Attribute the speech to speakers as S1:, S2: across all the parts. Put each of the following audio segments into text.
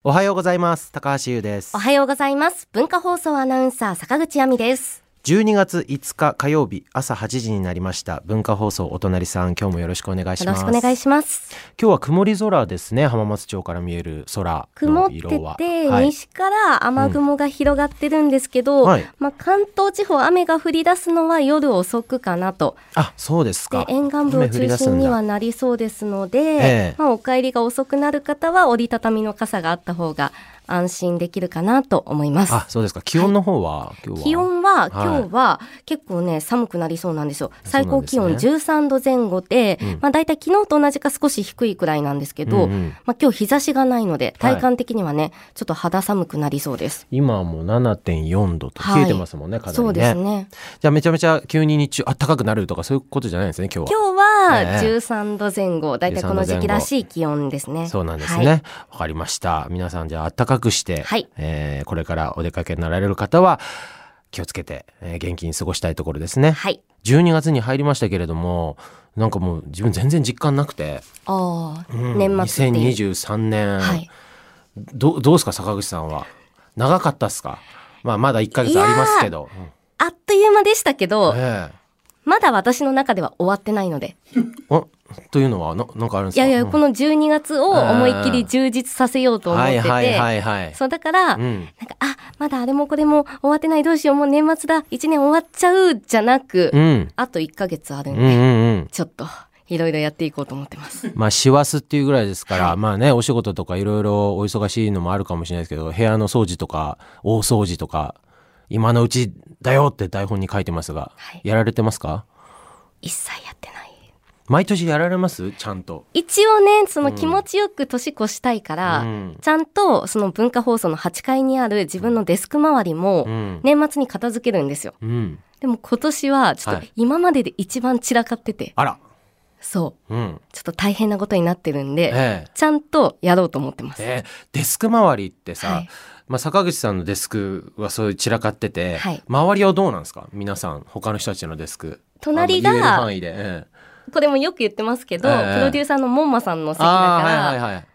S1: おはようございます。高橋優です。
S2: おはようございます。文化放送アナウンサー坂口亜美です。
S1: 12月5日火曜日朝8時になりました。文化放送お隣さん、今日もよろしくお願いします。
S2: よろしくお願いします。
S1: 今日は曇り空ですね。浜松町から見える空の色は
S2: 曇ってて、西から雨雲が広がってるんですけど、関東地方雨が降り出すのは夜遅くかなと。
S1: そうですか。
S2: で沿岸部を中心にはなりそうですので、お帰りが遅くなる方は折りたたみの傘があった方が安心できるかなと思います。
S1: そうですか。気温の方は、
S2: 気温は今日は結構ね寒くなりそうなんですよ。最高気温13度前後で、だいたい昨日と同じか少し低いくらいなんですけど、今日日差しがないので体感的にはね、ちょっと肌寒くなりそうです。
S1: 今はもう 7.4 度と冷えてますもんね、かなりね。
S2: そうですね。
S1: じゃあめちゃめちゃ急に日中暖かくなるとかそういうことじゃないんですね。今日
S2: は13度前後、だいたいこの時期らしい気温ですね。
S1: そうなんですね。わかりました。皆さんじゃあ暖かくして、これからお出かけになられる方は気をつけて、元気に過ごしたいところですね。12月に入りましたけれども、なんかもう自分全然実感なくて、
S2: 年末っていう
S1: 2023年、どうですか坂口さんは。長かったっすか。まだ1ヶ月ありますけど、
S2: あっという間でしたけど、まだ私の中では終わってないので。
S1: というのはなんかあるんですか。
S2: いやこの12月を思いっきり充実させようと思ってて、そうだから、なんかまだあれもこれも終わってない、どうしよう、もう年末だ、1年終わっちゃうじゃなく、あと1ヶ月あるんで、ちょっといろいろやっていこうと思ってます。
S1: 師走っていうぐらいですから、お仕事とかいろいろお忙しいのもあるかもしれないですけど、部屋の掃除とか大掃除とか今のうちだよって台本に書いてますが、やられてますか。
S2: 一切やってない。
S1: 毎年やられます？ちゃんと
S2: 一応ね、その気持ちよく年越したいから、ちゃんとその文化放送の8階にある自分のデスク周りも年末に片付けるんですよ。でも今年はちょっと今までで一番散らかってて、そう、ちょっと大変なことになってるんで、ちゃんとやろうと思ってます。
S1: デスク周りってさ、坂口さんのデスクはそういう散らかってて、周りはどうなんですか。皆さん他の人たちのデスク、
S2: 隣が
S1: 言える範囲で、
S2: これもよく言ってますけど、プロデューサーのモンマさんの席だから、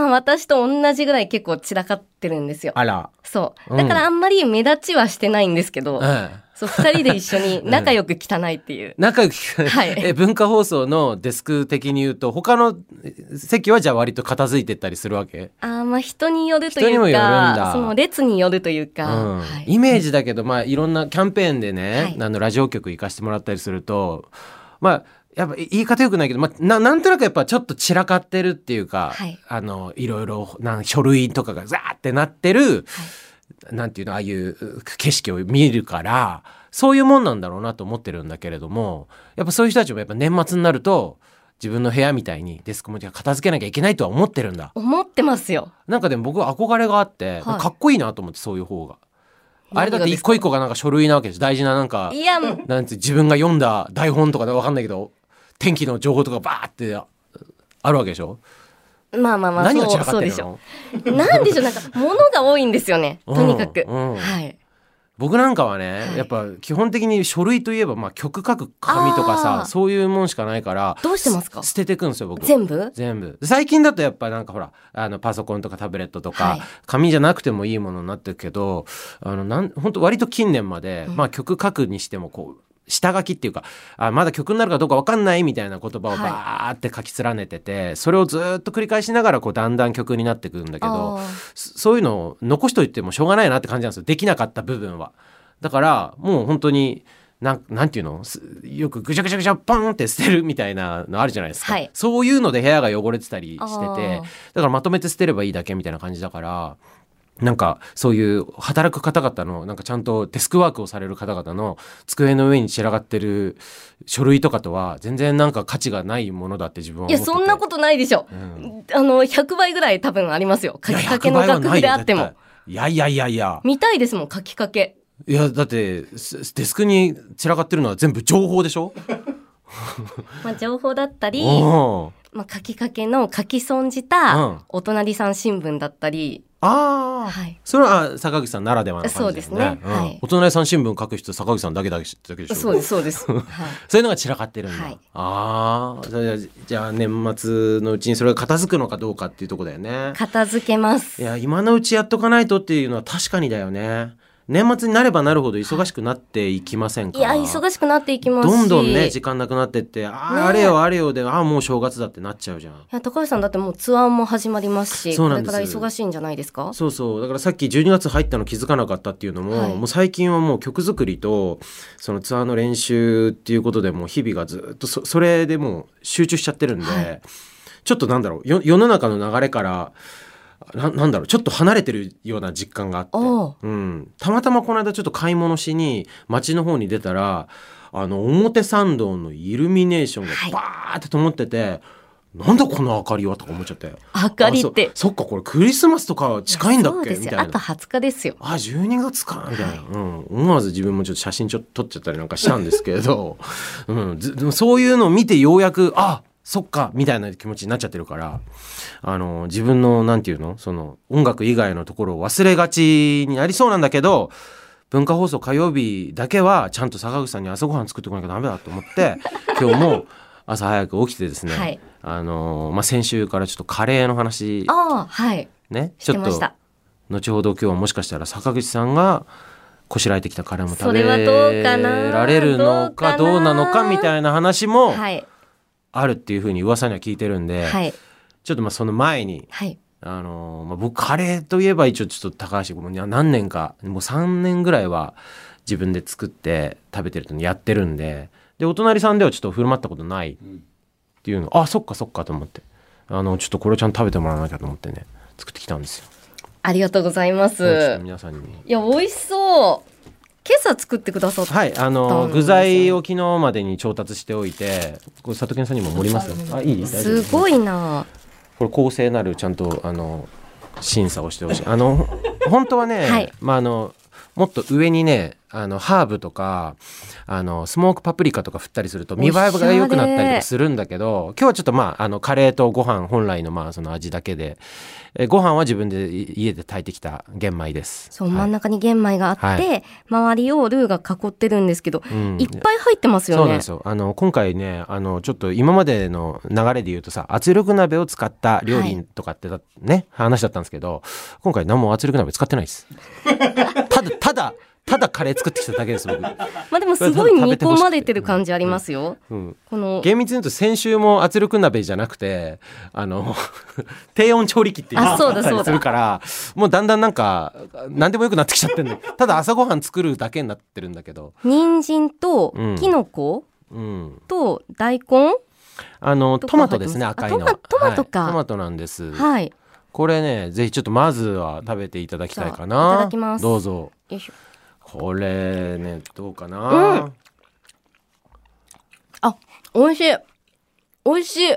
S2: 私と同じぐらい結構散らかってるんですよ。そうだからあんまり目立ちはしてないんですけど、そう2人で一緒に仲良く汚いっていう、
S1: 仲良く汚い、文化放送のデスク的に言うと他の席はじゃあ割と片付いてったりするわけ。
S2: 人によるというか、その列によるというか、
S1: イメージだけど、いろんなキャンペーンでね、ラジオ局行かせてもらったりすると、やっぱ言い方よくないけど、なんとなくやっぱちょっと散らかってるっていうか、いろいろ書類とかがザーってなってる、なんていうの、ああいう景色を見るから、そういうもんなんだろうなと思ってるんだけれども、やっぱそういう人たちもやっぱ年末になると自分の部屋みたいにデスクも片付けなきゃいけないとは思ってるんだ。
S2: 思ってますよ。
S1: なんかでも僕は憧れがあって、かっこいいなと思って、そういう方が。あれだって一個一個がなんか書類なわけです。大事ななんか、なんて自分が読んだ台本とかで分かんないけど、天気の情報とかバーってあるわけでしょ。何が散らかってるの？
S2: なんでしょう、なんか物が多いんですよね、とにかく。
S1: 僕なんかはね、やっぱ基本的に書類といえば、曲書く紙とかさ、そういうもんしかないから。
S2: どうしてますか？
S1: 捨ててくんですよ、僕。
S2: 全部
S1: 最近だとやっぱなんかほら、パソコンとかタブレットとか、紙じゃなくてもいいものになってるけど、本当割と近年まで、曲書くにしてもこう下書きっていうか、まだ曲になるかどうか分かんないみたいな言葉をバーって書き連ねてて、それをずっと繰り返しながらこうだんだん曲になってくるんだけど、そういうのを残しといてもしょうがないなって感じなんですよ、できなかった部分は。だからもう本当になんていうの、よくぐちゃぐちゃぐちゃポンって捨てるみたいなのあるじゃないですか、そういうので部屋が汚れてたりしてて、だからまとめて捨てればいいだけみたいな感じだから、なんかそういう働く方々のなんかちゃんとデスクワークをされる方々の机の上に散らがってる書類とかとは全然なんか価値がないものだって自分は思ってて。
S2: いやそんなことないでしょ、100倍ぐらい多分ありますよ、書きかけの楽譜であっても。
S1: いや
S2: 見たいですもん、書きかけ。
S1: いやだってデスクに散らかってるのは全部情報でしょ
S2: 情報だったり、書きかけの書き損じたお隣さん新聞だったり、
S1: ああ、
S2: はい、
S1: それは坂口さんならではの感じですね。
S2: そうですね、はい、
S1: お隣さん新聞書く人坂口さんだけでしょ。
S2: そうですそうです、はい、
S1: そういうのが散らかってるんだ、
S2: はい、
S1: ああ、じゃあ年末のうちにそれが片付くのかどうかっていうところだよね。
S2: 片付けます。
S1: いや今のうちやっとかないとっていうのは確かにだよね。年末になればなるほど忙しくなっていきませんか。
S2: いや忙しくなっていきますし、
S1: どんどんね時間なくなってって、あれよあれよで、もう正月だってなっちゃうじゃん。い
S2: や高橋さんだってもうツアーも始まりますし、これから忙しいんじゃないですか。
S1: そうだからさっき12月入ったの気づかなかったっていうのも、もう最近はもう曲作りとそのツアーの練習っていうことでもう日々がずっとそれでもう集中しちゃってるんで、ちょっとなんだろう、世の中の流れからなんだろう、ちょっと離れてるような実感があって、たまたまこの間ちょっと買い物しに街の方に出たら表参道のイルミネーションがバーって灯ってて、なんだこの明かりはとか思っちゃって。
S2: 明かりって
S1: そっかこれクリスマスとか近いんだっけみたいな。
S2: あと20日ですよ。
S1: 12月かみたいな、思わず自分もちょっと写真撮っちゃったりなんかしたんですけど、そういうのを見てようやくそっかみたいな気持ちになっちゃってるから、自分のなんていうの、その音楽以外のところを忘れがちになりそうなんだけど、文化放送火曜日だけはちゃんと坂口さんに朝ごはん作ってこなきゃダメだと思って今日も朝早く起きてですね、先週からちょっとカレーの話ね、ちょっと後ほど今日はもしかしたら坂口さんがこしらえてきたカレーも食べられるのかどうなのかみたいな話もあるっていうふうに噂には聞いてるんで、ちょっとその前に、僕カレーといえば一応ちょっと高橋君何年かもう3年ぐらいは自分で作って食べてるとやってるんで、お隣さんではちょっと振る舞ったことないっていうの、そっかそっかと思って、ちょっとこれをちゃんと食べてもらわなきゃと思ってね作ってきたんですよ。
S2: ありがとうございます。
S1: 皆さんに。い
S2: や美味しそう。今朝作ってくださった。
S1: 具材を昨日までに調達しておいて、これ佐藤健さんにも盛りますよ。いい？
S2: すごいな。
S1: これ公正なるちゃんと審査をしてほしい。本当はね、もっと上にねハーブとかスモークパプリカとか振ったりすると見栄えが良くなったりとかするんだけど、今日はちょっとカレーとご飯本来のその味だけで、ご飯は自分で家で炊いてきた玄米です。
S2: そう、真ん中に玄米があって、周りをルーが囲ってるんですけど、いっぱい入ってますよね。
S1: そうなんですよ。今回ねちょっと今までの流れで言うとさ、圧力鍋を使った料理とかって話だったんですけど、今回何も圧力鍋使ってないですただカレー作ってきただけです僕。
S2: でもすごい煮込まれてる感じありますよ。
S1: この厳密に言うと先週も圧力鍋じゃなくて低温調理器っていうのがあったりするから、もうだんだんなんか何でもよくなってきちゃってるんだ。ただ朝ごはん作るだけになってるんだけど、
S2: 人参とキノコと大根、
S1: トマトですね、赤いの
S2: トマトか、
S1: トマトなんです。
S2: はい
S1: これねぜひちょっとまずは食べていただきたいかな。
S2: いただきます。
S1: どうぞ。
S2: よいしょ。
S1: これねどうかな。
S2: 美味しい美味しい。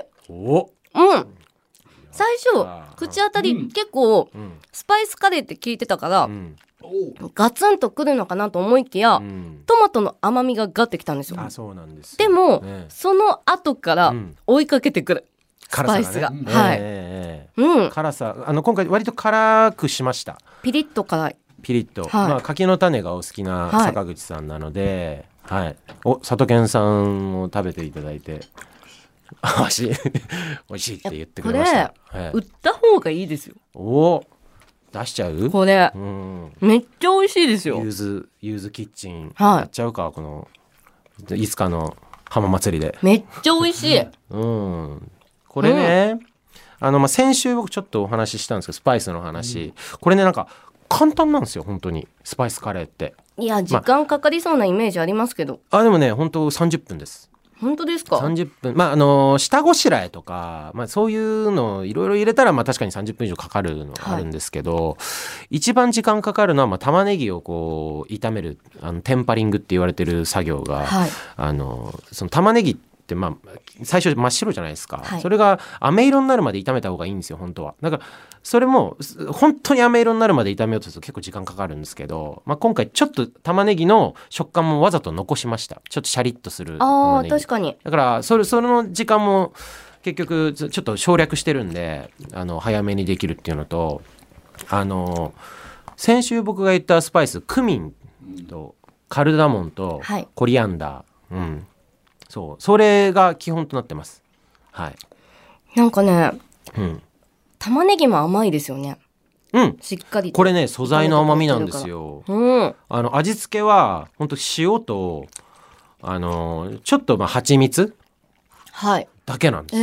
S2: 最初口当たり結構スパイスカレーって聞いてたから、ガツンとくるのかなと思いきや、トマトの甘みがガッてきたんですよ。
S1: そうなんです。
S2: でも、その後から追いかけてくる、スパイスが、辛さ今回割と辛くしました。 ピリッと辛い。
S1: ピリッと、柿の種がお好きな坂口さんなので、佐藤健さんを食べていただいて美味しいって言ってくれました。
S2: これ、売った方がいいですよ。
S1: 出しちゃう？
S2: これ、めっちゃ美味しいですよ。
S1: ユーズキッチンやっちゃうか、このいつかの浜祭りで。
S2: めっちゃ美味しい。
S1: これね、先週僕ちょっとお話ししたんですけど、スパイスの話、これねなんか簡単なんですよ本当にスパイスカレーって。
S2: いや時間かかりそうなイメージありますけど、
S1: でもね本当30分です。
S2: 本当ですか
S1: ？30分。下ごしらえとか、そういうのいろいろ入れたら確かに30分以上かかるのがあるんですけど、一番時間かかるのは玉ねぎをこう炒めるテンパリングって言われてる作業が、その玉ねぎって最初真っ白じゃないですか、それが飴色になるまで炒めた方がいいんですよ本当は。だからそれも本当に飴色になるまで炒めようとすると結構時間かかるんですけど、今回ちょっと玉ねぎの食感もわざと残しました。ちょっとシャリッとする玉ねぎ。
S2: 確かに。
S1: だからその時間も結局ちょっと省略してるんで早めにできるっていうのと、 先週僕が言ったスパイス、クミンとカルダモンとコリアンダー、それが基本となってます。はい。
S2: なんかね、玉ねぎも甘いですよね。しっかりと。
S1: これね、素材の甘みなんですよ。味付けは本当塩とちょっと蜂蜜だけなんです。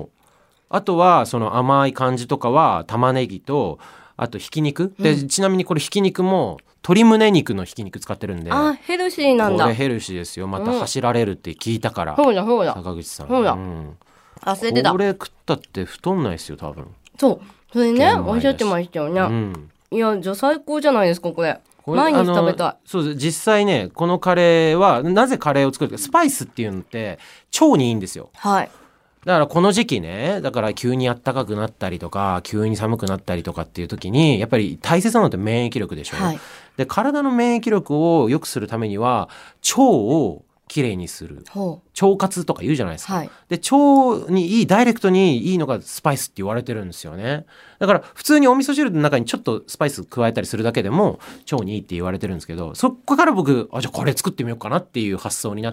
S1: あとはその甘い感じとかは玉ねぎと、あとひき肉で、ちなみにこれひき肉も鶏胸肉のひき肉使ってるんで、
S2: ヘルシーなんだ。
S1: これヘルシーですよ。また走られるって聞いたから、
S2: そうだ
S1: 坂口さん、
S2: 忘れてた。
S1: これ食ったって太んないですよ多分。
S2: それね、おっしゃってましたよね。いや、じゃあ最高じゃないですかこれ。毎日食べたい。
S1: そうです。実際ね、このカレーはなぜカレーを作るか、スパイスっていうのって腸にいいんですよ。だからこの時期ね、だから急に暖かくなったりとか急に寒くなったりとかっていう時にやっぱり大切なのって免疫力でしょ。で、体の免疫力を良くするためには腸をきれいにする、腸活とか言うじゃないですか。で、腸にいい、ダイレクトにいいのがスパイスって言われてるんですよね。だから普通にお味噌汁の中にちょっとスパイス加えたりするだけでも腸にいいって言われてるんですけど、そこから僕じゃあこれ作ってみようかなっていう発想になって、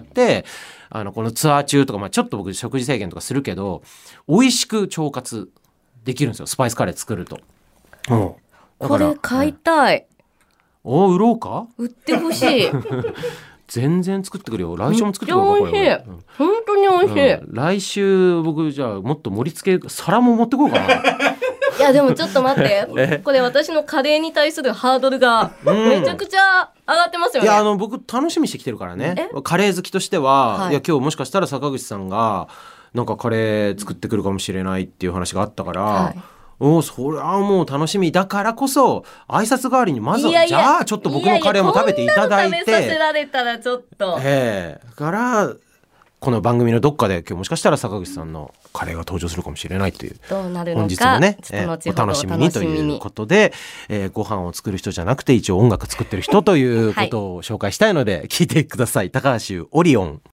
S1: このツアー中とか、ちょっと僕食事制限とかするけど美味しく腸活できるんですよ、スパイスカレー作ると。
S2: これ買いたい。
S1: 売ろうか。
S2: 売ってほしい。
S1: 全然作ってくるよ。来週も作ってくるよ。
S2: 美味しい。本当に美味しい。
S1: 来週僕じゃあもっと盛り付け皿も持ってこうかな。
S2: いやでもちょっと待ってこれ私のカレーに対するハードルがめちゃくちゃ上がってますよね。
S1: いや僕楽しみにしてきてるからね。カレー好きとしては、いや今日もしかしたら坂口さんがなんかカレー作ってくるかもしれないっていう話があったから、それはもう楽しみだからこそ挨拶代わりにまずはじゃあちょっと僕のカレーも食べていただいて、
S2: こんなの食べさせられたらちょっと
S1: だからこの番組のどっかで今日もしかしたら坂口さんのカレーが登場するかもしれないという、
S2: どうなるのか
S1: 本日もね、
S2: お
S1: 楽しみにということで、ご飯を作る人じゃなくて一応音楽作ってる人ということを紹介したいので聞いてください。高橋オリオン。